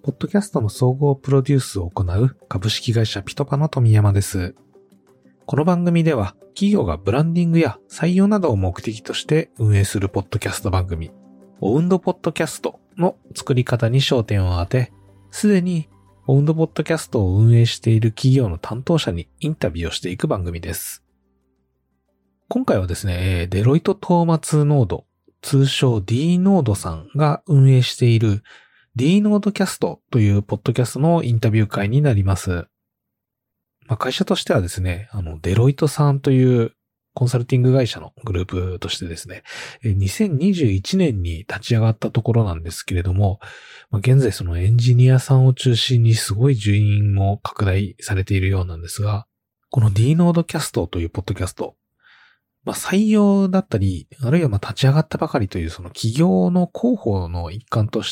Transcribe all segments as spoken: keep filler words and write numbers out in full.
ポッドキャストの総合プロデュースを行う株式会社ピトパの富山です。この番組では企業がブランディングや採用などを目的として運営するポッドキャスト番組、オウンドポッドキャストの作り方に焦点を当て、すでにオウンドポッドキャストを運営している企業の担当者にインタビューをしていく番組です。今回はですね、デロイトトーマツノード、通称 D ノードさんが運営している D ノードキャストというポッドキャストのインタビュー会になります。まあ、会社としてはですね、あの、デロイトさんというコンサルティング会社のグループとしてですね、にせんにじゅういちねんに立ち上がったところなんですけれども、まあ、現在そのエンジニアさんを中心にすごい人員も拡大されているようなんですが、この D ノードキャストというポッドキャスト、まあ、採用だったり、あるいはまあ立ち上がったばかりというその企業の広報の一環として、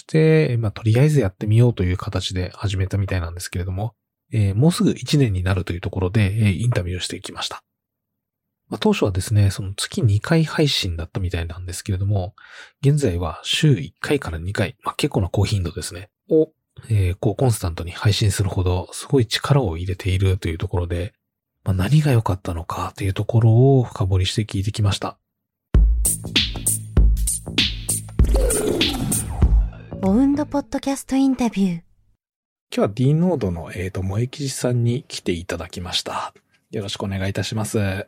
まあ、とりあえずやってみようという形で始めたみたいなんですけれども、えー、もうすぐいちねんになるというところで、えー、インタビューをしていきました。まあ、当初はですね、その月にかい配信だったみたいなんですけれども、現在は週いっかいからにかい、まあ、結構な高頻度ですね、を、えー、こうコンスタントに配信するほどすごい力を入れているというところで、まあ、何が良かったのかというところを深掘りして聞いてきました。 オウンドポッドキャストインタビュー。 今日は D ノードの、えっと、萌吉さんに来ていただきました。よろしくお願いいたします。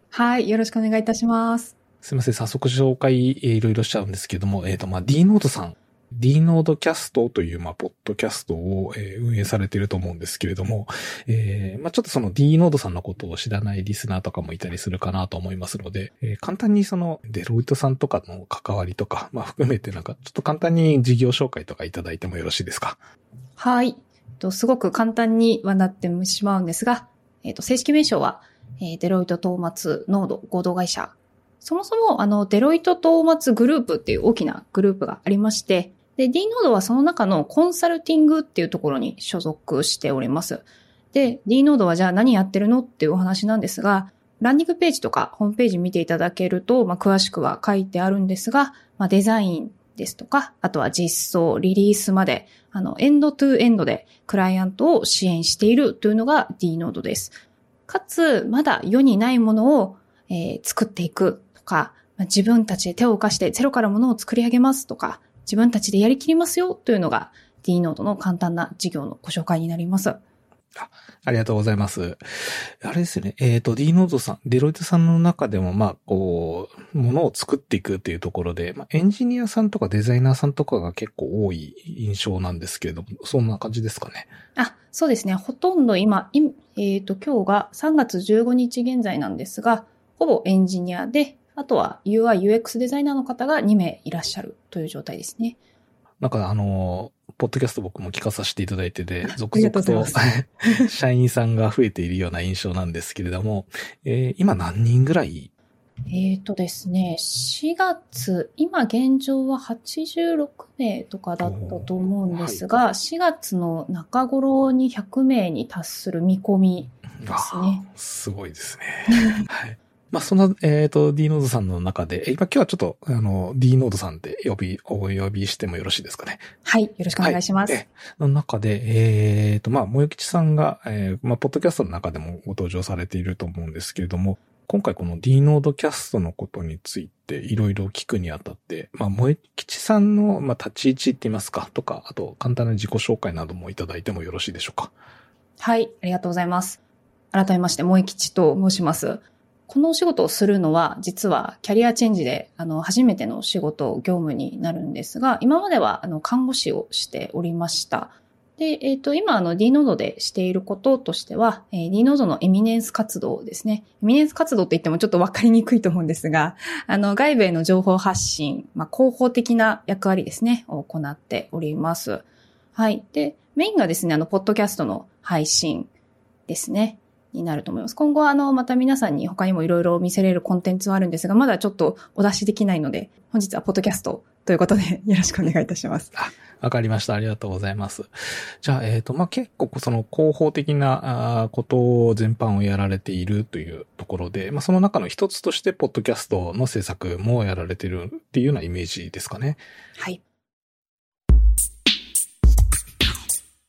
はい、よろしくお願いいたします。 すいません、早速紹介、えー、いろいろしちゃうんですけども、えっと、まあ、D ノードさん。D ノードキャストという、まあ、ポッドキャストを、えー、運営されていると思うんですけれども、えー、まあ、ちょっとその D ノードさんのことを知らないリスナーとかもいたりするかなと思いますので、えー、簡単にそのデロイトさんとかの関わりとか、まあ、含めてなんかちょっと簡単に事業紹介とかいただいてもよろしいですか？ はい。とすごく簡単にはなってしまうんですが、えっと、正式名称は、えー、デロイトトーマツノード合同会社。そもそもあのデロイトトーマツグループっていう大きなグループがありまして、で、D ノードはその中のコンサルティングっていうところに所属しております。で、D ノードはじゃあ何やってるのっていうお話なんですが、ランディングページとかホームページ見ていただけると、まあ、詳しくは書いてあるんですが、まあ、デザインですとか、あとは実装、リリースまで、あの、エンドトゥエンドでクライアントを支援しているというのが D ノードです。かつ、まだ世にないものを、えー、作っていくとか、まあ、自分たちで手を貸してゼロからものを作り上げますとか、自分たちでやりきりますよというのが D ノードの簡単な事業のご紹介になります。 あ、ありがとうございます。あれですね。えっと、D ノードさん、デロイトさんの中でも、まあ、こう、ものを作っていくっていうところで、まあ、エンジニアさんとかデザイナーさんとかが結構多い印象なんですけれども、そんな感じですかね。 あ、そうですね。ほとんど今、えっと、今日がさんがつじゅうごにち現在なんですが、ほぼエンジニアで、あとは ユーアイ、ユーエックス デザイナーの方がにめいいらっしゃるという状態ですね。 なんかあの、ポッドキャスト僕も聞かさせていただいてで、続々と社員さんが増えているような印象なんですけれども、えー、今何人ぐらい？ えっとですね、しがつ、今現状ははちじゅうろくめいとかだったと思うんですが、はい、しがつの中頃にひゃくめいに達する見込みですね。 すごいですね。はい。まあ、その、えっと、D ノードさんの中で、今今日はちょっと、あの、D ノードさんって呼び、お呼びしてもよろしいですかね。 はい。よろしくお願いします。 はい、の中で、えっと、まあ、萌吉さんが、えー、まあ、ポッドキャストの中でもご登場されていると思うんですけれども、今回この D ノードキャストのことについていろいろ聞くにあたって、まあ、萌吉さんの、まあ、立ち位置って言いますか、とか、あと、簡単な自己紹介などもいただいてもよろしいでしょうか。 はい。ありがとうございます。改めまして、萌吉と申します。このお仕事をするのは、実はキャリアチェンジで、あの、初めての仕事、業務になるんですが、今までは、あの、看護師をしておりました。で、えっと、今、あの、D ノードでしていることとしては、えー、D ノードのエミネンス活動ですね。エミネンス活動って言ってもちょっとわかりにくいと思うんですが、あの、外部への情報発信、まあ、広報的な役割ですね、を行っております。はい。で、メインがですね、あの、ポッドキャストの配信ですね。になると思います。今後はあの、また皆さんに他にもいろいろ見せれるコンテンツはあるんですが、まだちょっとお出しできないので、本日はポッドキャストということでよろしくお願いいたします。 あ、わかりました。ありがとうございます。じゃあ、えっと、まあ、結構その広報的なこと全般をやられているというところで、まあ、その中の一つとして、ポッドキャストの制作もやられているっていうようなイメージですかね。 はい。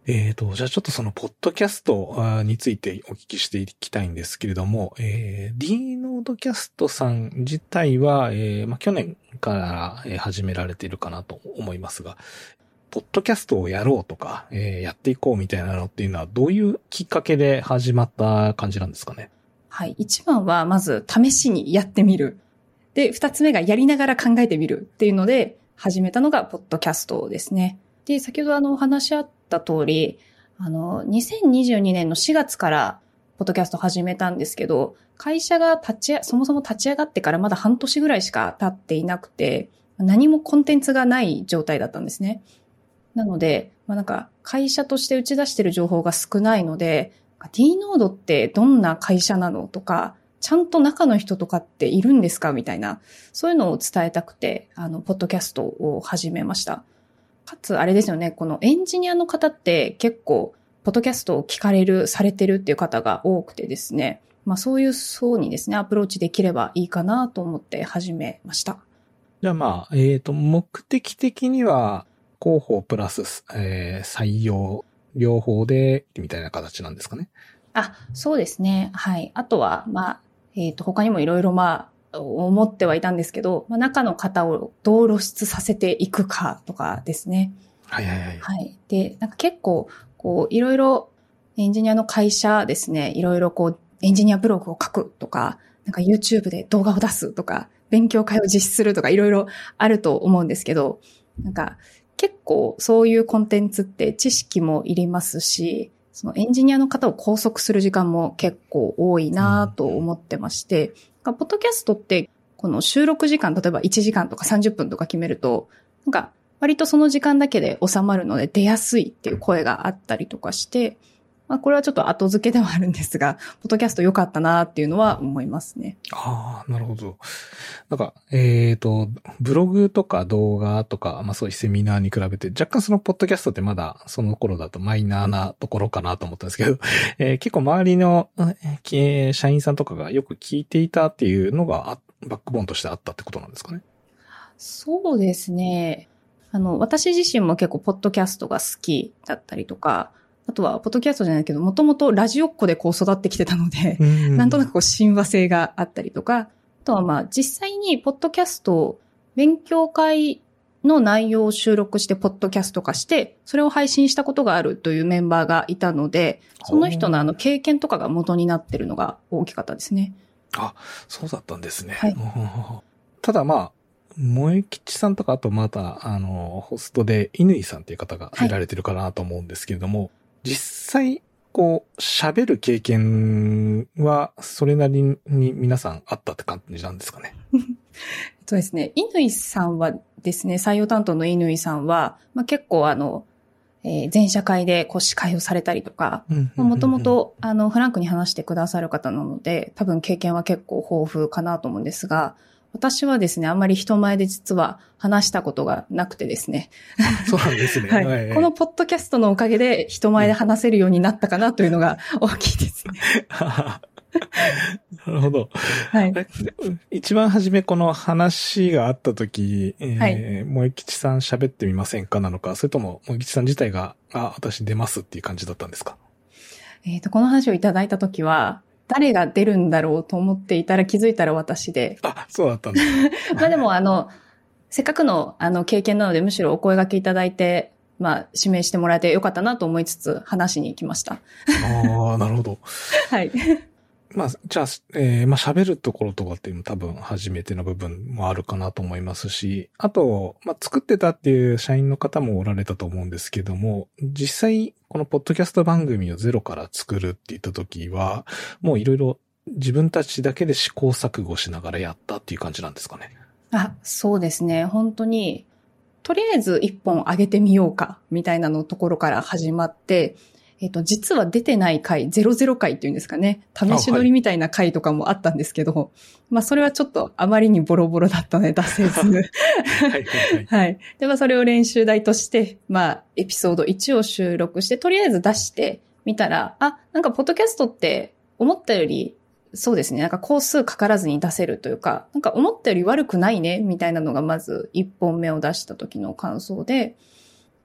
えーと、じゃあちょっとそのポッドキャストあーについてお聞きしていきたいんですけれども、えー、D ノードキャストさん自体は、えーまあ、去年からえー始められているかなと思いますが、ポッドキャストをやろうとか、えーやっていこうみたいなのっていうのはどういうきっかけで始まった感じなんですかね？ はい。一番はまず試しにやってみる。で、二つ目がやりながら考えてみるっていうので始めたのがポッドキャストですね。で、先ほどあのお話しあった通り、あの、にせんにじゅうにねんのしがつからポッドキャスト始めたんですけど、会社が立ち、そもそも立ち上がってからまだ半年ぐらいしか経っていなくて、何もコンテンツがない状態だったんですね。なので、まあなんか会社として打ち出している情報が少ないので、D ノードってどんな会社なのとか、ちゃんと中の人とかっているんですかみたいな、そういうのを伝えたくて、あの、ポッドキャストを始めました。かつ、あれですよね、このエンジニアの方って結構、ポッドキャストを聞かれる、されてるっていう方が多くてですね、まあそういう層にですね、アプローチできればいいかなと思って始めました。 じゃあまあ、えっと、目的的には、広報プラス、えー採用、両方で、みたいな形なんですかね？ あ、そうですね。はい。あとは、まあ、えっと、他にもいろいろまあ、思ってはいたんですけど、まあ、中の方をどう露出させていくかとかですね。 はいはいはい。 はい。で、なんか結構、こう、いろいろエンジニアの会社ですね、いろいろこう、エンジニアブログを書くとか、なんか YouTube で動画を出すとか、勉強会を実施するとか、いろいろあると思うんですけど、なんか結構そういうコンテンツって知識もいりますし、そのエンジニアの方を拘束する時間も結構多いなと思ってまして、ポッドキャストってこの収録時間、例えばいちじかんとかさんじゅっぷんとか決めると、なんか割とその時間だけで収まるので出やすいっていう声があったりとかして、まあこれはちょっと後付けではあるんですが、ポッドキャスト良かったなっていうのは思いますね。 ああ、なるほど。なんか、えっと、ブログとか動画とか、まあそういうセミナーに比べて、若干そのポッドキャストってまだその頃だとマイナーなところかなと思ったんですけど、えー結構周りの、えー社員さんとかがよく聞いていたっていうのがあバックボーンとしてあったってことなんですかね？ そうですね。あの、私自身も結構ポッドキャストが好きだったりとか、あとはポッドキャストじゃないけど、もともとラジオっ子でこう育ってきてたので、 うんなんとなくこう親和性があったりとか、あとはまあ実際にポッドキャスト、勉強会の内容を収録してポッドキャスト化して、それを配信したことがあるというメンバーがいたので、その人のあの経験とかが元になってるのが大きかったですね。 あ、そうだったんですね。 はいただまあ、萌吉さんとか、あとまた、あの、ホストで、乾さんっていう方が出られてるかなと思うんですけれども、はい、実際、こう、喋る経験は、それなりに皆さんあったって感じなんですかね？ そうですね。乾さんはですね、採用担当の乾さんは、まあ、結構あの、えー、全社会でこう司会をされたりとか、もともとあの、フランクに話してくださる方なので、多分経験は結構豊富かなと思うんですが、私はですね、あんまり人前で実は話したことがなくてですね。 そうなんですね。 はいはい、このポッドキャストのおかげで人前で話せるようになったかなというのが大きいですね。 なるほど。 はい。 一番初めこの話があったとき、えー、はい、萌吉さん喋ってみませんかなのか、それとも萌吉さん自体が、あ、私出ますっていう感じだったんですか？ えっと、この話をいただいたときは、誰が出るんだろうと思っていたら気づいたら私で。 あ、そうだったんです。 まあでもあの、せっかくのあの経験なのでむしろお声掛けいただいて、まあ指名してもらえてよかったなと思いつつ話に行きました。 ああ、なるほど。 はい。 まあ、じゃあ、えー、まあ喋るところとかっていうのも多分初めての部分もあるかなと思いますし、あと、まあ作ってたっていう社員の方もおられたと思うんですけども、実際このポッドキャスト番組をゼロから作るって言った時は、もういろいろ自分たちだけで試行錯誤しながらやったっていう感じなんですかね？ あ、そうですね。本当に、とりあえず一本上げてみようか、みたいなのところから始まって、えっと、実は出てない回、ゼロゼロ回っていうんですかね。試し撮りみたいな回とかもあったんですけど、はい、まあそれはちょっとあまりにボロボロだったので出せず。はいはいはい。はい。で、まあそれを練習台として、まあエピソードいちを収録して、とりあえず出してみたら、あ、なんかポッドキャストって思ったより、そうですね。なんか工数かからずに出せるというか、なんか思ったより悪くないね、みたいなのがまずいっぽんめを出した時の感想で、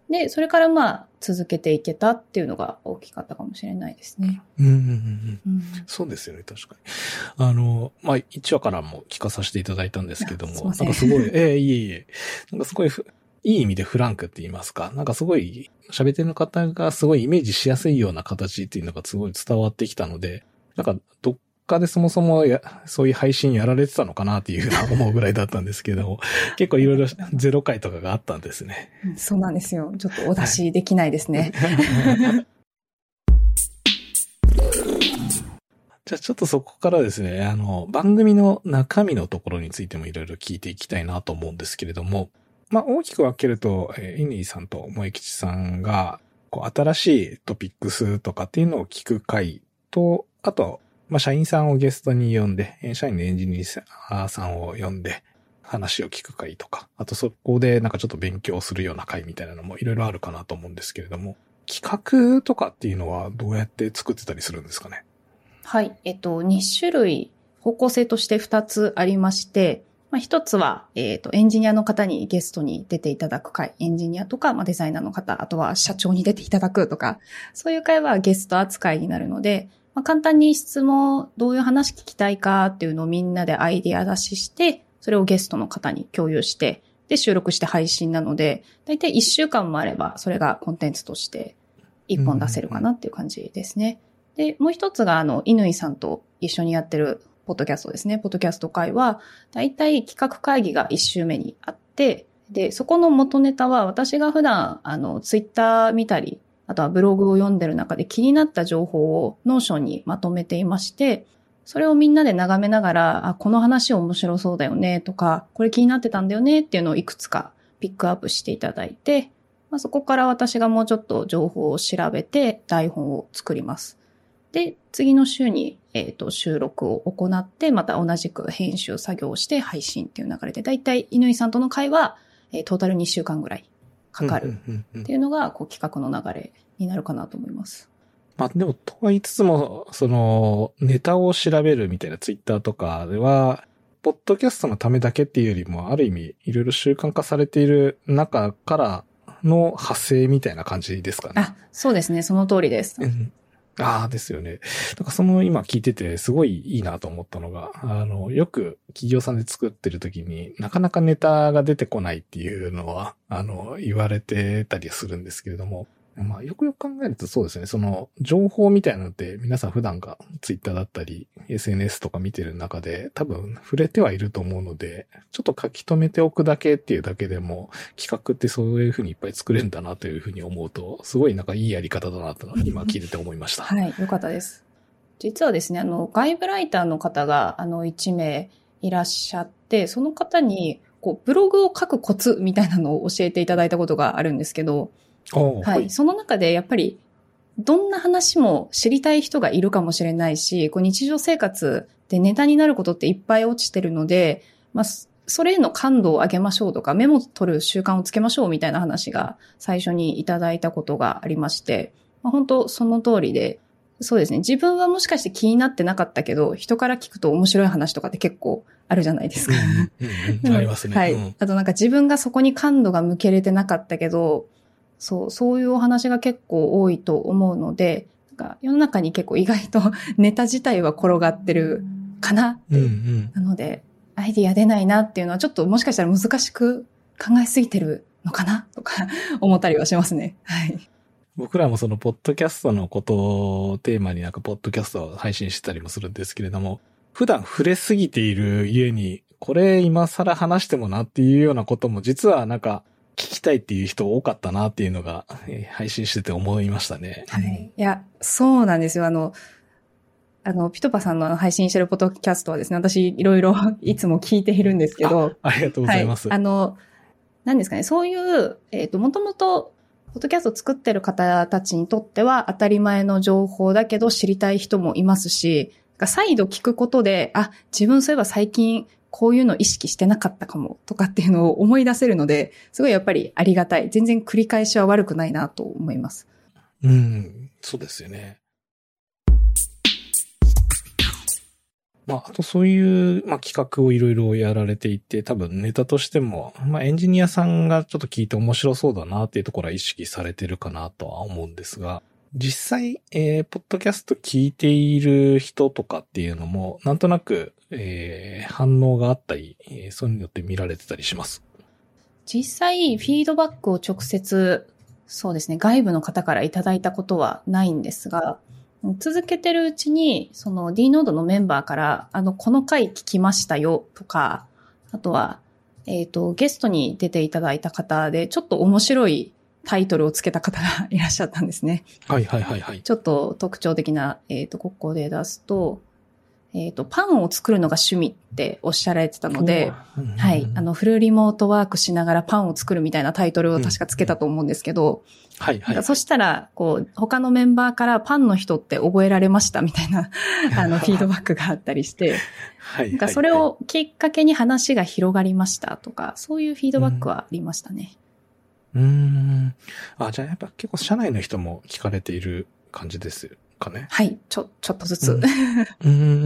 で、それからまあ続けていけたっていうのが大きかったかもしれないですね。 うんうんうん、うん。 うん、 そうですよね、確かに。あの、まあ、いちわからも聞かさせていただいたんですけども、なんかすごい、ええー、いえいえ、なんかすごいふ、いい意味でフランクって言いますか、なんかすごい、喋ってる方がすごいイメージしやすいような形っていうのがすごい伝わってきたので、なんかどっかでそもそもやそういう配信やられてたのかなっていうふうな思うぐらいだったんですけども、結構いろいろゼロ回とかがあったんですね。 そうなんですよ。ちょっとお出しできないですね。 はいじゃあちょっとそこからですね、あの、番組の中身のところについてもいろいろ聞いていきたいなと思うんですけれども、まあ大きく分けると、えー、乾さんと萌吉さんが、こう、新しいトピックスとかっていうのを聞く回と、あと、まあ社員さんをゲストに呼んで、社員のエンジニアさんを呼んで、話を聞く回とか、あとそこでなんかちょっと勉強するような回みたいなのもいろいろあるかなと思うんですけれども、企画とかっていうのはどうやって作ってたりするんですかね？ はい。えっと、に種類、方向性としてふたつありまして、まあ、ひとつは、えっと、エンジニアの方にゲストに出ていただく回、エンジニアとか、まあ、デザイナーの方、あとは社長に出ていただくとか、そういう回はゲスト扱いになるので、まあ、簡単に質問、どういう話聞きたいかっていうのをみんなでアイディア出しして、それをゲストの方に共有して、で、収録して配信なので、だいたいいっしゅうかんもあれば、それがコンテンツとしていっぽん出せるかなっていう感じですね。で、もう一つが、あの、乾さんと一緒にやってるポッドキャストですね。ポッドキャスト会は、だいたい企画会議が一週目にあって、で、そこの元ネタは私が普段、あの、ツイッター見たり、あとはブログを読んでる中で気になった情報をノーションにまとめていまして、それをみんなで眺めながら、あ、この話面白そうだよねとか、これ気になってたんだよねっていうのをいくつかピックアップしていただいて、まあ、そこから私がもうちょっと情報を調べて台本を作ります。で、次の週に、えっと、収録を行って、また同じく編集作業をして配信っていう流れで、だいたい乾さんとの会は、えー、トータルにしゅうかんぐらいかかるっていうのが、こう、企画の流れになるかなと思います。 まあでも、とは言いつつも、その、ネタを調べるみたいなツイッターとかでは、ポッドキャストのためだけっていうよりも、ある意味、いろいろ習慣化されている中からの派生みたいな感じですかね。 あ、そうですね。その通りです。 うんああ、ですよね。だからその今聞いててすごいいいなと思ったのが、あの、よく企業さんで作ってる時になかなかネタが出てこないっていうのは、あの、言われてたりするんですけれども、まあよくよく考えるとそうですね、その情報みたいなのって皆さん普段がツイッターだったり エスエヌエス とか見てる中で多分触れてはいると思うので、ちょっと書き留めておくだけっていうだけでも企画ってそういうふうにいっぱい作れるんだなというふうに思うと、すごいなんかいいやり方だなと今聞いてて思いました。 はい、よかったです。実はですね、あの、外部ライターの方があのいち名いらっしゃって、その方にこうブログを書くコツみたいなのを教えていただいたことがあるんですけど、はい。その中でやっぱり、どんな話も知りたい人がいるかもしれないし、こう日常生活でネタになることっていっぱい落ちてるので、まあ、それへの感度を上げましょうとか、メモ取る習慣をつけましょうみたいな話が最初にいただいたことがありまして、まあ、本当その通りで、そうですね。自分はもしかして気になってなかったけど、人から聞くと面白い話とかって結構あるじゃないですか。 うんうんうん、ありますね。 はい、うん。あとなんか自分がそこに感度が向けれてなかったけど、そう、そういうお話が結構多いと思うので、なんか世の中に結構意外とネタ自体は転がってるかなって。うんうん、なので、アイディア出ないなっていうのはちょっともしかしたら難しく考えすぎてるのかなとか思ったりはしますね。はい。 僕らもそのポッドキャストのことをテーマになんかポッドキャストを配信してたりもするんですけれども、普段触れすぎている家に、これ今更話してもなっていうようなことも実はなんか、聞きたいっていう人多かったなっていうのが、えー、配信してて思いましたね。 はい。いや、そうなんですよ。あの、あの、ピトパさんの配信してるポッドキャストはですね、私いろいろいつも聞いているんですけど。 あ、ありがとうございます。 はい、あの、何ですかね、そういう、えっと、もともと、ポッドキャストを作ってる方たちにとっては当たり前の情報だけど知りたい人もいますし、再度聞くことで、あ、自分そういえば最近、こういうの意識してなかったかもとかっていうのを思い出せるので、すごいやっぱりありがたい。全然繰り返しは悪くないなと思います。 うん、そうですよね。 まあ、あとそういう、まあ、企画をいろいろやられていて、多分ネタとしても、まあ、エンジニアさんがちょっと聞いて面白そうだなっていうところは意識されてるかなとは思うんですが、実際、えー、ポッドキャスト聞いている人とかっていうのも、なんとなく、えー、反応があったり、えー、そういうのによって見られてたりします。 実際、フィードバックを直接、そうですね、外部の方からいただいたことはないんですが、続けてるうちに、その D ノードのメンバーから、あの、この回聞きましたよとか、あとは、えっと、ゲストに出ていただいた方で、ちょっと面白いタイトルをつけた方がいらっしゃったんですね。 はいはいはいはい。 ちょっと特徴的な、えっと、ここで出すと、えっと、パンを作るのが趣味っておっしゃられてたので、はい、あの、フルリモートワークしながらパンを作るみたいなタイトルを確かつけたと思うんですけど、 はいはい、はい。 そしたら、こう、他のメンバーからパンの人って覚えられましたみたいな、あの、フィードバックがあったりして、はい。なんかそれをきっかけに話が広がりましたとか、そういうフィードバックはありましたね。 うーん。あ、じゃあやっぱ結構社内の人も聞かれている感じですかね。 はい。ちょ、ちょっとずつ。 うん、うん、うん、うん。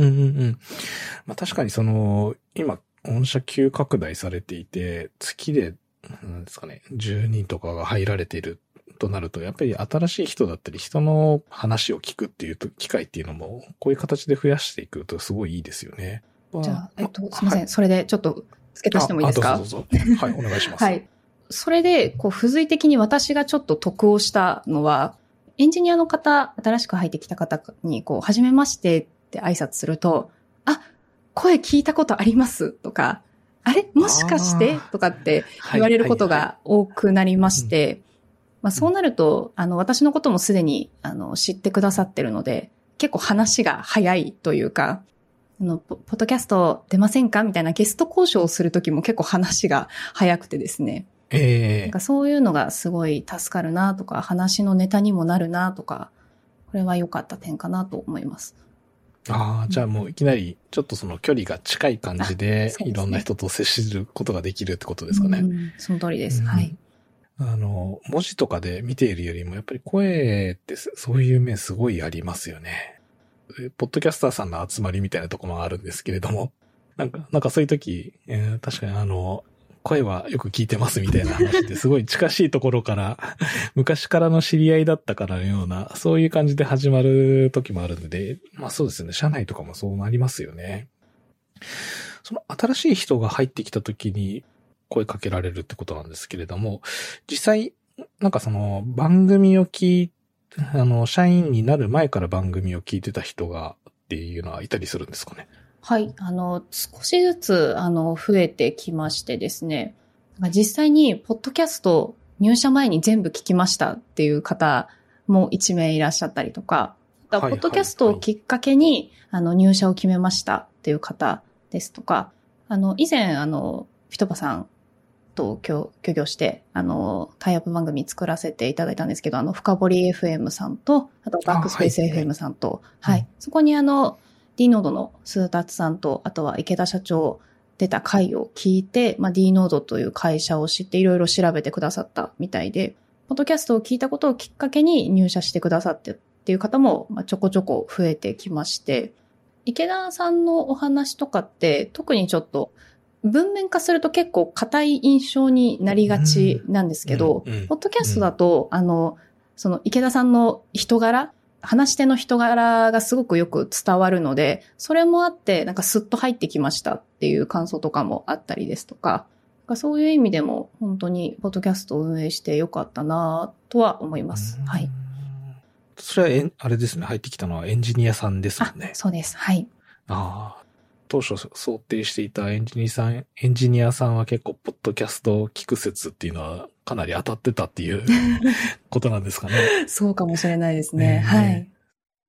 まあ確かにその、今、御社急拡大されていて、月で、なんですかね、じゅうにんとかが入られているとなると、やっぱり新しい人だったり、人の話を聞くっていう機会っていうのも、こういう形で増やしていくとすごいいいですよね。 じゃあ、えっと、すみません。はい、それでちょっと付け足してもいいですか？ あ、どうぞどうぞ。はい、お願いします。 はい。それで、こう、付随的に私がちょっと得をしたのは、エンジニアの方、新しく入ってきた方に、こう、はじめましてって挨拶すると、あ、声聞いたことありますとか、あれもしかしてとかって言われることが多くなりまして、まあそうなると、あの、私のこともすでに、あの、知ってくださってるので、結構話が早いというか、あの、ポッドキャスト出ませんかみたいなゲスト交渉をするときも結構話が早くてですね。 ええー。 なんかそういうのがすごい助かるなとか、話のネタにもなるなとか、これは良かった点かなと思います。 ああ、じゃあもういきなりちょっとその距離が近い感じで、いろんな人と接することができるってことですかね。 うん、その通りです。うん、はい。 あの、文字とかで見ているよりも、やっぱり声ってそういう面すごいありますよね。ポッドキャスターさんの集まりみたいなところもあるんですけれども、なんか、なんかそういう時、えー、確かにあの、声はよく聞いてますみたいな話ですごい近しいところから、昔からの知り合いだったからのような、そういう感じで始まる時もあるので、まあそうですね、社内とかもそうなりますよね。その新しい人が入ってきた時に声かけられるってことなんですけれども、実際、なんかその番組を聞いあの、社員になる前から番組を聞いてた人がっていうのはいたりするんですかね？ はい。あの、少しずつ、あの、増えてきましてですね。実際に、ポッドキャスト入社前に全部聞きましたっていう方も一名いらっしゃったりとか、ポッドキャストをきっかけに、あの、入社を決めましたっていう方ですとか、あの、以前、あの、ピトパさんと協業して、あの、タイアップ番組作らせていただいたんですけど、あの、深堀 エフエム さんと、あと、バックスペース エフエム さんと、はい、はい。そこにあの、D ノードのスータツさんと、あとは池田社長出た回を聞いて、まあ、D ノードという会社を知っていろいろ調べてくださったみたいで、ポッドキャストを聞いたことをきっかけに入社してくださってっていう方も、まあ、ちょこちょこ増えてきまして、池田さんのお話とかって特にちょっと文面化すると結構硬い印象になりがちなんですけど、うんうんうん、ポッドキャストだと、あの、その池田さんの人柄、話し手の人柄がすごくよく伝わるので、それもあって、なんかスッと入ってきましたっていう感想とかもあったりですとか、そういう意味でも本当にポッドキャストを運営してよかったなとは思います。はい。 それはえ、あれですね、入ってきたのはエンジニアさんですもんね。 あ、そうです。はい。 ああ。当初想定していたエンジニアさん、エンジニアさんは結構ポッドキャストを聞く説っていうのはかなり当たってたっていうことなんですかね。 そうかもしれないですね。えー、はい。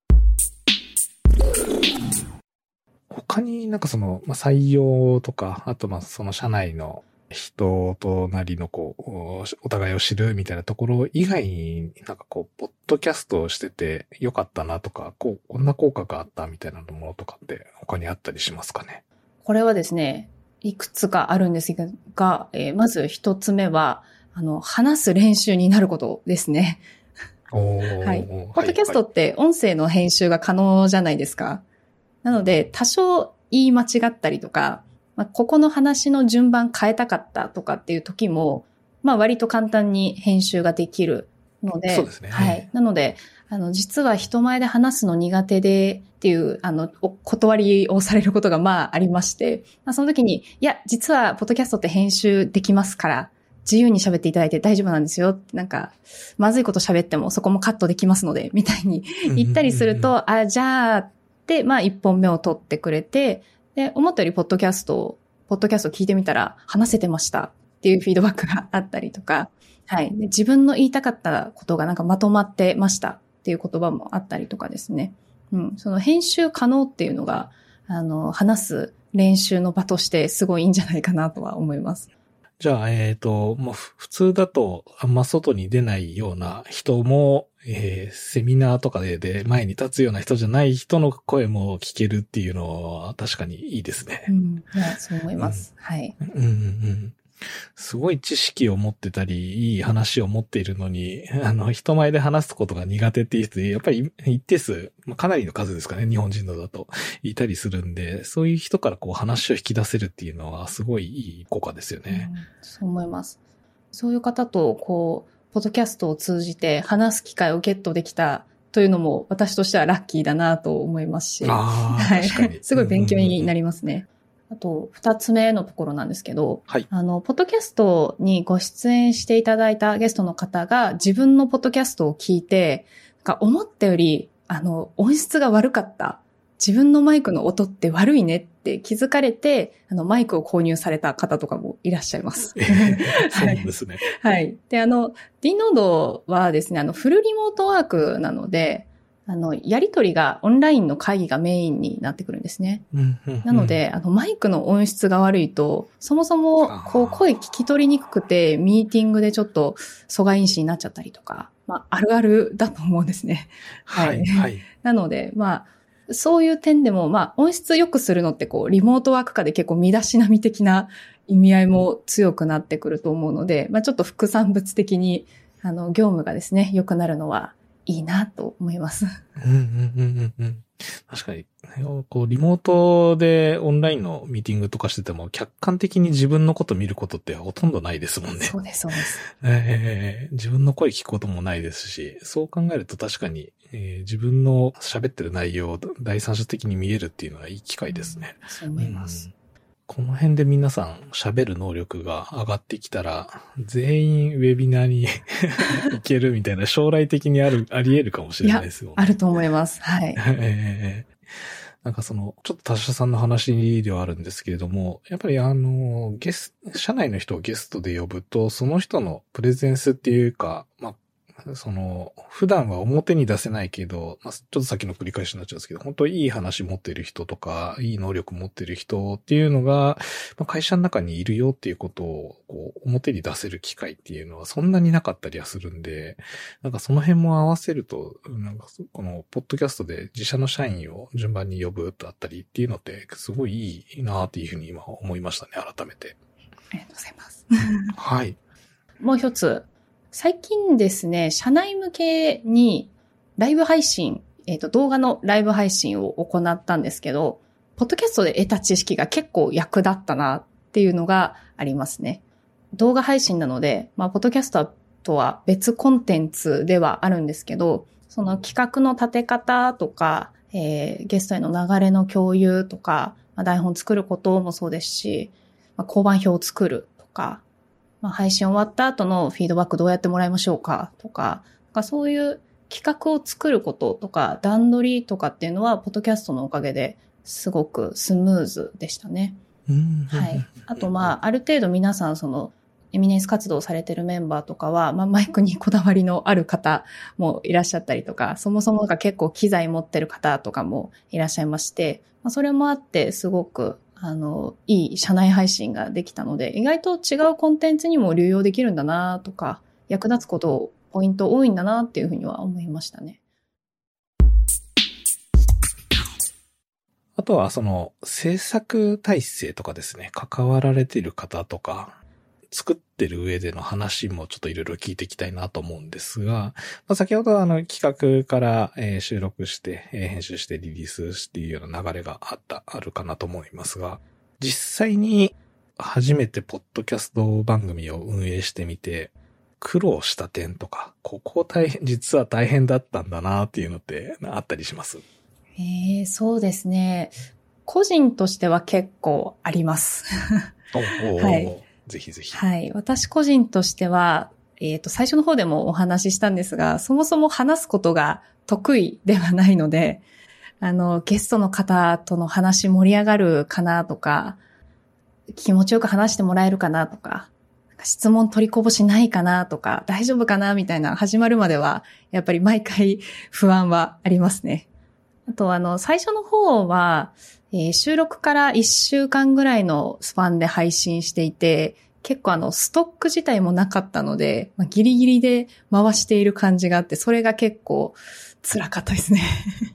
他になんかその、まあ、採用とか、あとまあその社内の人となりのこう、お互いを知るみたいなところ以外になんかこう、ポッドキャストをしててよかったなとか、こう、こんな効果があったみたいなものとかって他にあったりしますかね？ これはですね、いくつかあるんですが、えー、まず一つ目は、あの、話す練習になることですね。 おはい。ポッドキャストって音声の編集が可能じゃないですか。なので、多少言い間違ったりとか、まあ、ここの話の順番変えたかったとかっていう時も、まあ割と簡単に編集ができるので、 そうですね。 はい。なので、あの、実は人前で話すの苦手でっていう、あの、お断りをされることがまあありまして、まあ、その時に、いや、実はポッドキャストって編集できますから、自由に喋っていただいて大丈夫なんですよ。なんか、まずいこと喋ってもそこもカットできますので、みたいに言ったりすると、あ、じゃあ、で、まあ一本目を取ってくれて、で、思ったよりポッドキャストを、ポッドキャストを聞いてみたら話せてましたっていうフィードバックがあったりとか、はい。で、自分の言いたかったことがなんかまとまってましたっていう言葉もあったりとかですね。うん。その編集可能っていうのが、あの、話す練習の場としてすごいいいんじゃないかなとは思います。 じゃあ、えっと、もう普通だとあんま外に出ないような人も、えー、セミナーとかで、で前に立つような人じゃない人の声も聞けるっていうのは確かにいいですね。 うん。いや、そう思います。うん、はい。 うんうんうん。すごい知識を持ってたり、いい話を持っているのに、あの、人前で話すことが苦手っていう人、やっぱり一定数、かなりの数ですかね、日本人のだと、いたりするんで、そういう人からこう話を引き出せるっていうのは、すごいいい効果ですよね。 うん、そう思います。そういう方と、こう、ポッドキャストを通じて話す機会をゲットできたというのも、私としてはラッキーだなと思いますし、 ああ、 はい、 確かに。 すごい勉強になりますね。あと、二つ目のところなんですけど、 はい。 あの、ポッドキャストにご出演していただいたゲストの方が自分のポッドキャストを聞いて、なんか思ったより、あの、音質が悪かった。自分のマイクの音って悪いねって気づかれて、あの、マイクを購入された方とかもいらっしゃいます。 えー、そうですね。 はい。で、あの、D ノードはですね、あの、フルリモートワークなので、あの、やりとりがオンラインの会議がメインになってくるんですね。 うんうんうん、 なので、あの、マイクの音質が悪いと、そもそも、こう、声聞き取りにくくて、ミーティングでちょっと阻害因子になっちゃったりとか、まあ、あるあるだと思うんですね。 はい。はい。 なので、まあ、そういう点でも、まあ、音質良くするのって、こう、リモートワーク下で結構身だしなみ的な意味合いも強くなってくると思うので、まあ、ちょっと副産物的に、あの、業務がですね、良くなるのは、いいなと思います。 うんうんうんうん。確かに、こう、リモートでオンラインのミーティングとかしてても、客観的に自分のこと見ることってほとんどないですもんね。 そうです、そうです。 えー、自分の声聞くこともないですし、そう考えると確かに、えー、自分の喋ってる内容を第三者的に見えるっていうのはいい機会ですね。 うん、そう思います。 うん、この辺で皆さん喋る能力が上がってきたら、全員ウェビナーに行けるみたいな将来的にある、あり得るかもしれないですよね。 あると思います。はい。 えー、なんかその、ちょっと他社さんの話ではあるんですけれども、やっぱりあの、ゲスト、社内の人をゲストで呼ぶと、その人のプレゼンスっていうか、まあ、その、普段は表に出せないけど、まあ、ちょっとさっきの繰り返しになっちゃうんですけど、本当にいい話持ってる人とか、いい能力持ってる人っていうのが、まあ、会社の中にいるよっていうことを、こう、表に出せる機会っていうのはそんなになかったりはするんで、なんかその辺も合わせると、なんかこの、ポッドキャストで自社の社員を順番に呼ぶとあったりっていうのって、すごいいいなっていうふうに今思いましたね、改めて。 ありがとうございます。 はい。 もう一つ。最近ですね、社内向けにライブ配信、えっと、動画のライブ配信を行ったんですけど、ポッドキャストで得た知識が結構役立ったなっていうのがありますね。動画配信なので、まあ、ポッドキャストとは別コンテンツではあるんですけど、その企画の立て方とか、えー、ゲストへの流れの共有とか、まあ、台本作ることもそうですし、まあ、交番表を作るとか、まあ、配信終わった後のフィードバックどうやってもらいましょうかとか、そういう企画を作ることとか段取りとかっていうのはポッドキャストのおかげですごくスムーズでしたね。はい。あとまあある程度皆さんそのエミネンス活動されてるメンバーとかは、まあ、マイクにこだわりのある方もいらっしゃったりとか、そもそもが結構機材持ってる方とかもいらっしゃいまして、まあ、それもあってすごくあの、いい社内配信ができたので、意外と違うコンテンツにも流用できるんだなとか、役立つこと、ポイント多いんだなっていうふうには思いましたね。 あとは、その、制作体制とかですね、関わられている方とか、 作ってる上での話もちょっといろいろ聞いていきたいなと思うんですが、まあ、先ほどあの企画から、えー、収録して、えー、編集してリリースしていうような流れがあった、あるかなと思いますが、実際に初めてポッドキャスト番組を運営してみて、苦労した点とか、ここ大変、実は大変だったんだなっていうのってあったりします？ えー、そうですね。個人としては結構あります。 おお、はい、ぜひぜひ。 はい。私個人としては、えっと、最初の方でもお話ししたんですが、そもそも話すことが得意ではないので、あの、ゲストの方との話盛り上がるかなとか、気持ちよく話してもらえるかなとか、質問取りこぼしないかなとか、大丈夫かなみたいな始まるまでは、やっぱり毎回不安はありますね。あと、あの、最初の方は、えー、収録からいっしゅうかんぐらいのスパンで配信していて、結構あの、ストック自体もなかったので、まあ、ギリギリで回している感じがあって、それが結構辛かったですね。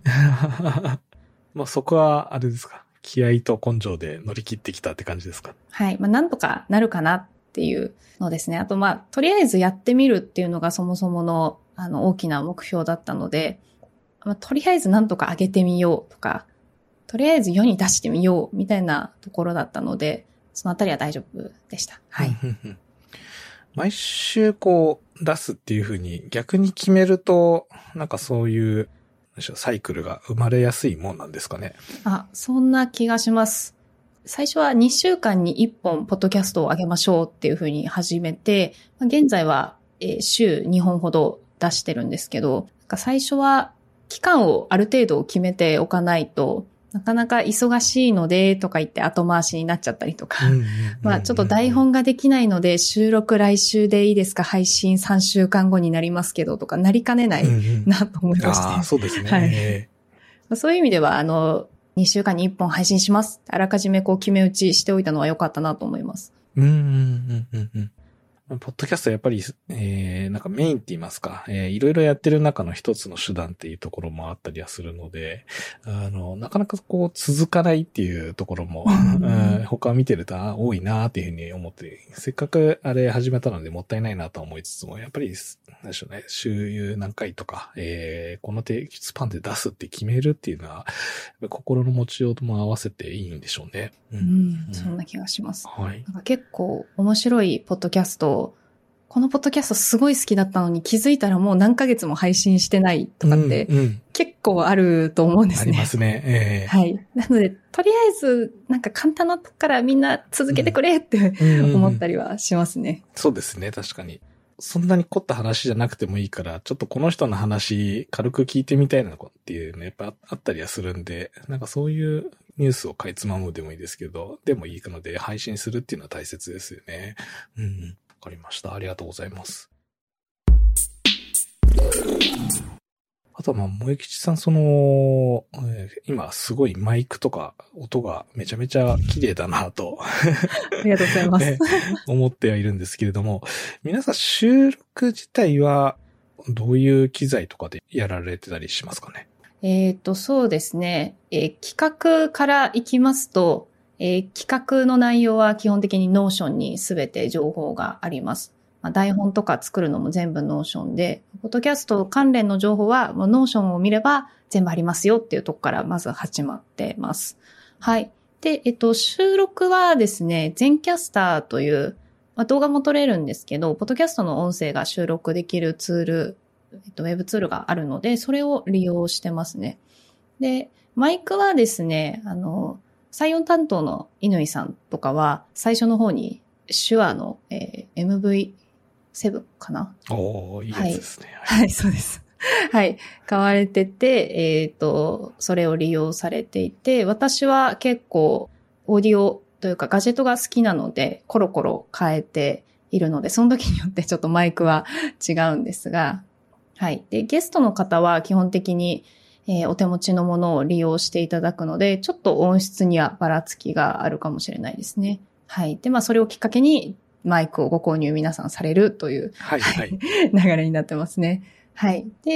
まあそこは、あれですか。気合と根性で乗り切ってきたって感じですか？ はい。まあなんとかなるかなっていうのですね。あとまあ、とりあえずやってみるっていうのがそもそもの、あの、大きな目標だったので、まあ、とりあえずなんとか上げてみようとか、とりあえず世に出してみようみたいなところだったので、そのあたりは大丈夫でした。はい。 毎週こう出すっていう風に逆に決めると、なんかそういうサイクルが生まれやすいもんなんですかね。 あ、そんな気がします。最初はにしゅうかんにいっぽんポッドキャストを上げましょうっていう風に始めて、現在は週にほんほど出してるんですけど、最初は期間をある程度決めておかないと、なかなか忙しいのでとか言って後回しになっちゃったりとか、まあちょっと台本ができないので収録来週でいいですか、配信さんしゅうかんごになりますけどとかなりかねないなと思いまして。 うんうん、ああ、そうですね。 はい。そういう意味では、あの、にしゅうかんにいっぽん配信します。あらかじめこう決め打ちしておいたのは良かったなと思います。 うんうんうんうんうん。ポッドキャストやっぱり、えー、なんかメインって言いますか、えー、いろいろやってる中の一つの手段っていうところもあったりはするので、あの、なかなかこう続かないっていうところも、うん、他見てると多いなっていうふうに思って、せっかくあれ始めたのでもったいないなと思いつつも、やっぱり、なんでしょうね、週何回とか、えー、このスパンで出すって決めるっていうのは、心の持ちようとも合わせていいんでしょうね。 うん、うん、そんな気がします。 はい。 なんか結構面白いポッドキャストこのポッドキャストすごい好きだったのに気づいたらもう何ヶ月も配信してないとかって結構あると思うんですね。 ありますね。えー、 はい。なので、とりあえずなんか簡単なとこからみんな続けてくれって思ったりはしますね。うんうんうん、 そうですね。確かに。そんなに凝った話じゃなくてもいいから、ちょっとこの人の話軽く聞いてみたいなっていうのやっぱあったりはするんで、なんかそういうニュースをかいつまむでもいいですけど、でもいいので配信するっていうのは大切ですよね。うん。わかりました。ありがとうございます。あとはまあ、萌吉さん、その、えー、今すごいマイクとか音がめちゃめちゃ綺麗だなと。 ありがとうございます、 ね。思ってはいるんですけれども、皆さん収録自体はどういう機材とかでやられてたりしますかね？ えっと、そうですね。えー、企画からいきますと、えー、企画の内容は基本的にノーションにすべて情報があります。まあ、台本とか作るのも全部ノーションで、ポッドキャスト関連の情報はもうノーションを見れば全部ありますよっていうところからまず始まってます。はい。で、えっと、収録はですね、ゼンキャスターという、まあ、動画も撮れるんですけど、ポッドキャストの音声が収録できるツール、えっと、ウェブツールがあるので、それを利用してますね。で、マイクはですね、あの、採用担当の乾さんとかは、最初の方に、手話の、えー、エムブイセブン かな？ おー、いいやつですね。 はい、はい、そうです。はい。買われてて、えっと、それを利用されていて、私は結構、オーディオというかガジェットが好きなので、コロコロ変えているので、その時によってちょっとマイクは違うんですが、はい。で、ゲストの方は基本的に、えー、お手持ちのものを利用していただくので、ちょっと音質にはばらつきがあるかもしれないですね。はい。で、まあ、それをきっかけに、マイクをご購入皆さんされるという、 はいはい、 流れになってますね。はい。で、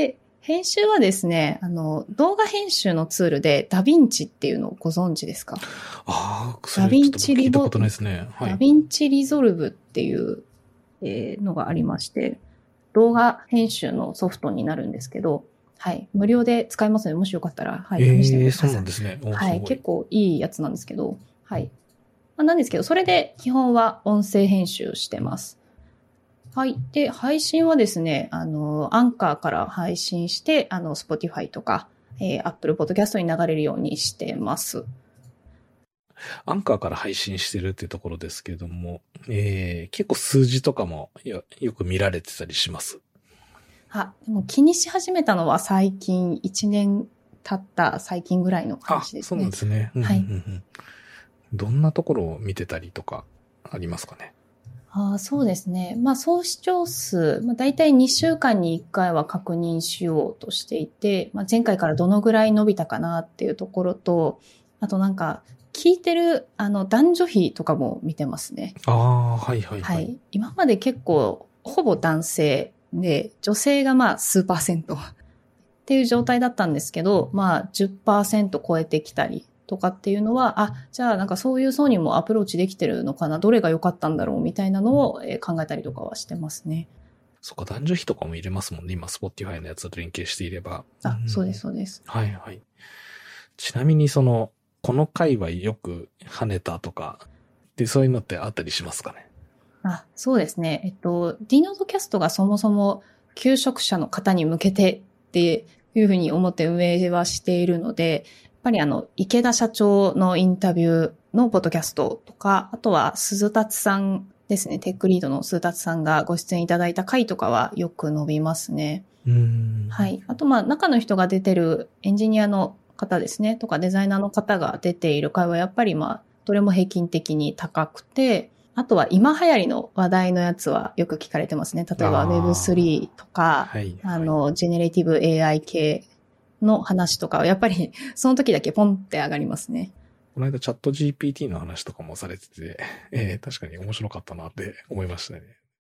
編集はですね、あの、動画編集のツールでダヴィンチっていうのをご存知ですか？ ああ、それちょっと僕聞いたことないですね。はい。 ダヴィンチリゾルブっていう、えー、のがありまして、動画編集のソフトになるんですけど、はい。無料で使えますので、もしよかったら、はい、試してみてください。 えー、そうなんですね。 はい。結構いいやつなんですけど、はい。まあ、なんですけど、それで基本は音声編集してます。はい。で、配信はですね、あの、アンカーから配信して、あの、Spotify とか、えー、Apple Podcast に流れるようにしてます。 アンカーから配信してるっていうところですけれども、えー、結構数字とかも よ, よく見られてたりします。 あ、でも気にし始めたのは最近、いちねん経った最近ぐらいの話ですね。 あ、そうなんですね。 はい。 うんうんうん、どんなところを見てたりとかありますかね。 あ、そうですね。まあ、総視聴数、まあ、だいたいにしゅうかんにいっかいは確認しようとしていて、まあ、前回からどのぐらい伸びたかなっていうところと、あとなんか、聞いてる、あの、男女比とかも見てますね。 ああ、はいはいはい。はい。 今まで結構、ほぼ男性で、女性がまあ、数パーセントっていう状態だったんですけど、まあ、じゅっパーセント 超えてきたりとかっていうのは、あ、じゃあなんかそういう層にもアプローチできてるのかな、どれが良かったんだろうみたいなのを考えたりとかはしてますね。 そっか、男女比とかも入れますもんね。今、Spotify のやつと連携していれば。 あ、 うん、 そうです、そうです。 はいはい。ちなみにその、この回はよく跳ねたとか、で、そういうのってあったりしますかね？ あ、そうですね。えっと、D ノードキャストがそもそも求職者の方に向けてっていうふうに思って運営はしているので、やっぱりあの、池田社長のインタビューのポッドキャストとか、あとは鈴達さんですね、テックリードの鈴達さんがご出演いただいた回とかはよく伸びますね。 うーん。 はい。あと、まあ、中の人が出てるエンジニアの方ですね、とかデザイナーの方が出ている回はやっぱりまあ、どれも平均的に高くて、あとは今流行りの話題のやつはよく聞かれてますね。例えば ウェブスリー とか、はいはい、あの、ジェネレティブ エーアイ 系の話とかはやっぱりその時だけポンって上がりますね。 この間チャット ジーピーティー の話とかもされてて、えー、確かに面白かったなって思いましたね。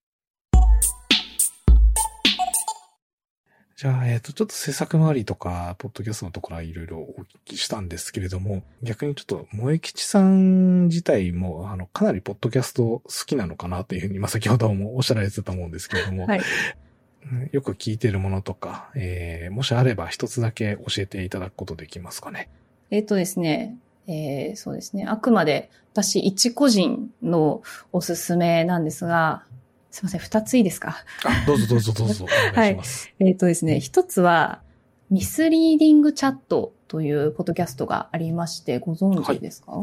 じゃあ、えっと、ちょっと制作周りとか、ポッドキャストのところはいろいろお聞きしたんですけれども、逆にちょっと、萌吉さん自体も、あの、かなりポッドキャスト好きなのかなというふうに、まあ、先ほどもおっしゃられてたと思うんですけれども、はい、よく聞いているものとか、えー、もしあれば一つだけ教えていただくことできますかね。 えっとですね、えー、そうですね、あくまで私一個人のおすすめなんですが、すいません、二ついいですか？ あ、どうぞどうぞどうぞ。お願いします。 はい。えっとですね、一つは、ミスリーディングチャットというポッドキャストがありまして、ご存知ですか？はい、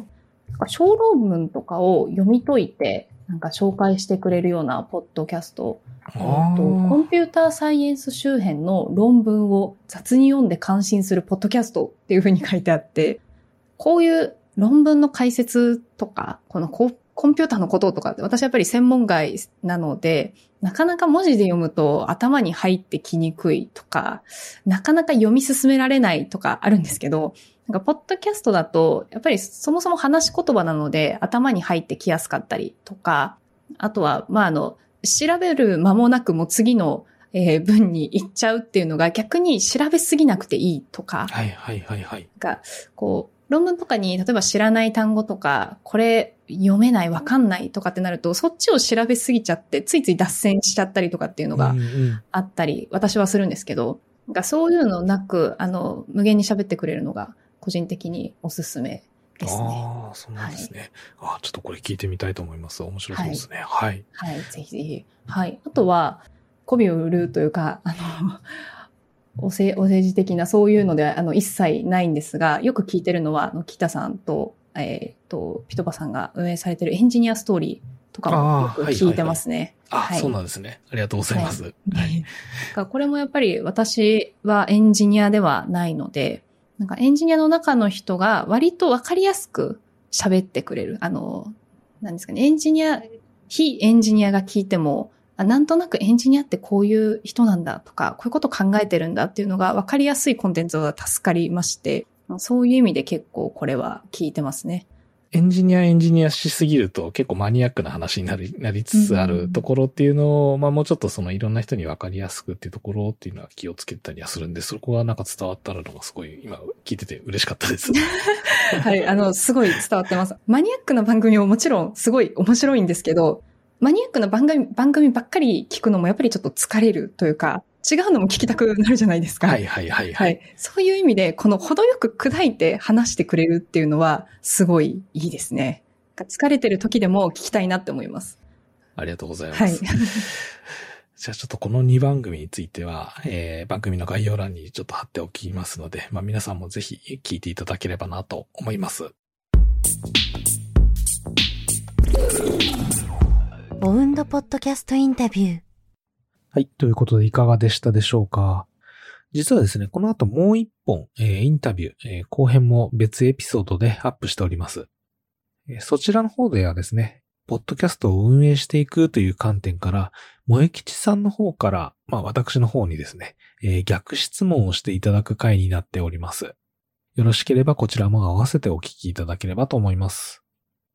小論文とかを読み解いて、なんか紹介してくれるようなポッドキャスト。えっと、コンピューターサイエンス周辺の論文を雑に読んで感心するポッドキャストっていう風に書いてあって、こういう論文の解説とか、このココンピューターのこととか、私やっぱり専門外なので、なかなか文字で読むと頭に入ってきにくいとか、なかなか読み進められないとかあるんですけど、なんかポッドキャストだと、やっぱりそもそも話し言葉なので頭に入ってきやすかったりとか、あとは、まあ、あの、調べる間もなくもう次の、えー、文に行っちゃうっていうのが逆に調べすぎなくていいとか。 はいはいはいはい。 が、こう、論文とかに例えば知らない単語とか、これ読めないわかんないとかってなると、そっちを調べすぎちゃってついつい脱線しちゃったりとかっていうのがあったり、うんうん、私はするんですけど、なんかそういうのなく、あの、無限に喋ってくれるのが個人的におすすめですね。 ああ、そうなんですね。はい、あちょっとこれ聞いてみたいと思います。面白そうですね。はい。 はい、はい、ぜひぜひ。はい。あとは、媚びを売るというか、あの、おせ、お政治的なそういうのではあの一切ないんですが、よく聞いてるのは、あの北さんと、えっ、ー、と、ピトパさんが運営されてるエンジニアストーリーとかもよく聞いてますね。 あ、はいはいはい、あ、はい、そうなんですね。ありがとうございます。はいはい、これもやっぱり私はエンジニアではないので、なんかエンジニアの中の人が割とわかりやすく喋ってくれる。あの、なんですかね、エンジニア、非エンジニアが聞いても、なんとなくエンジニアってこういう人なんだとか、こういうこと考えてるんだっていうのが分かりやすいコンテンツが助かりまして、そういう意味で結構これは聞いてますね。 エンジニアエンジニアしすぎると結構マニアックな話になり、なりつつあるところっていうのを、まあもうちょっとそのいろんな人に分かりやすくっていうところっていうのは気をつけたりはするんで、そこがなんか伝わったのがすごい今聞いてて嬉しかったです。 はい、あの、すごい伝わってます。マニアックな番組ももちろんすごい面白いんですけど、マニアックな番組、番組ばっかり聞くのもやっぱりちょっと疲れるというか、違うのも聞きたくなるじゃないですか。 はいはいはい、 はい。はい。そういう意味で、この程よく砕いて話してくれるっていうのは、すごいいいですね。疲れてる時でも聞きたいなって思います。 ありがとうございます。はい。じゃあちょっとこのにばん組については、えー、番組の概要欄にちょっと貼っておきますので、まあ皆さんもぜひ聞いていただければなと思います。 オウンドポッドキャストインタビュー。 はい。ということでいかがでしたでしょうか。実はですね、この後もう一本、えー、インタビュー、えー、後編も別エピソードでアップしております。えー、そちらの方ではですね、ポッドキャストを運営していくという観点から、萌吉さんの方から、まあ私の方にですね、えー、逆質問をしていただく回になっております。よろしければこちらも合わせてお聞きいただければと思います。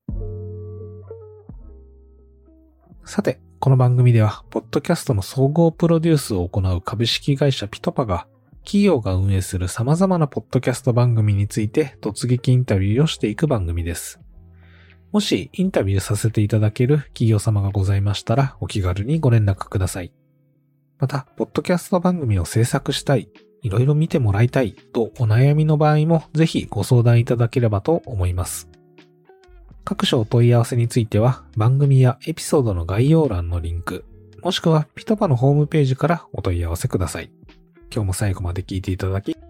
さて、この番組では、ポッドキャストの総合プロデュースを行う株式会社ピトパが、企業が運営する様々なポッドキャスト番組について突撃インタビューをしていく番組です。もしインタビューさせていただける企業様がございましたら、お気軽にご連絡ください。また、ポッドキャスト番組を制作したい、いろいろ見てもらいたいとお悩みの場合も、ぜひご相談いただければと思います。各種お問い合わせについては番組やエピソードの概要欄のリンク、もしくはピトパのホームページからお問い合わせください。今日も最後まで聞いていただき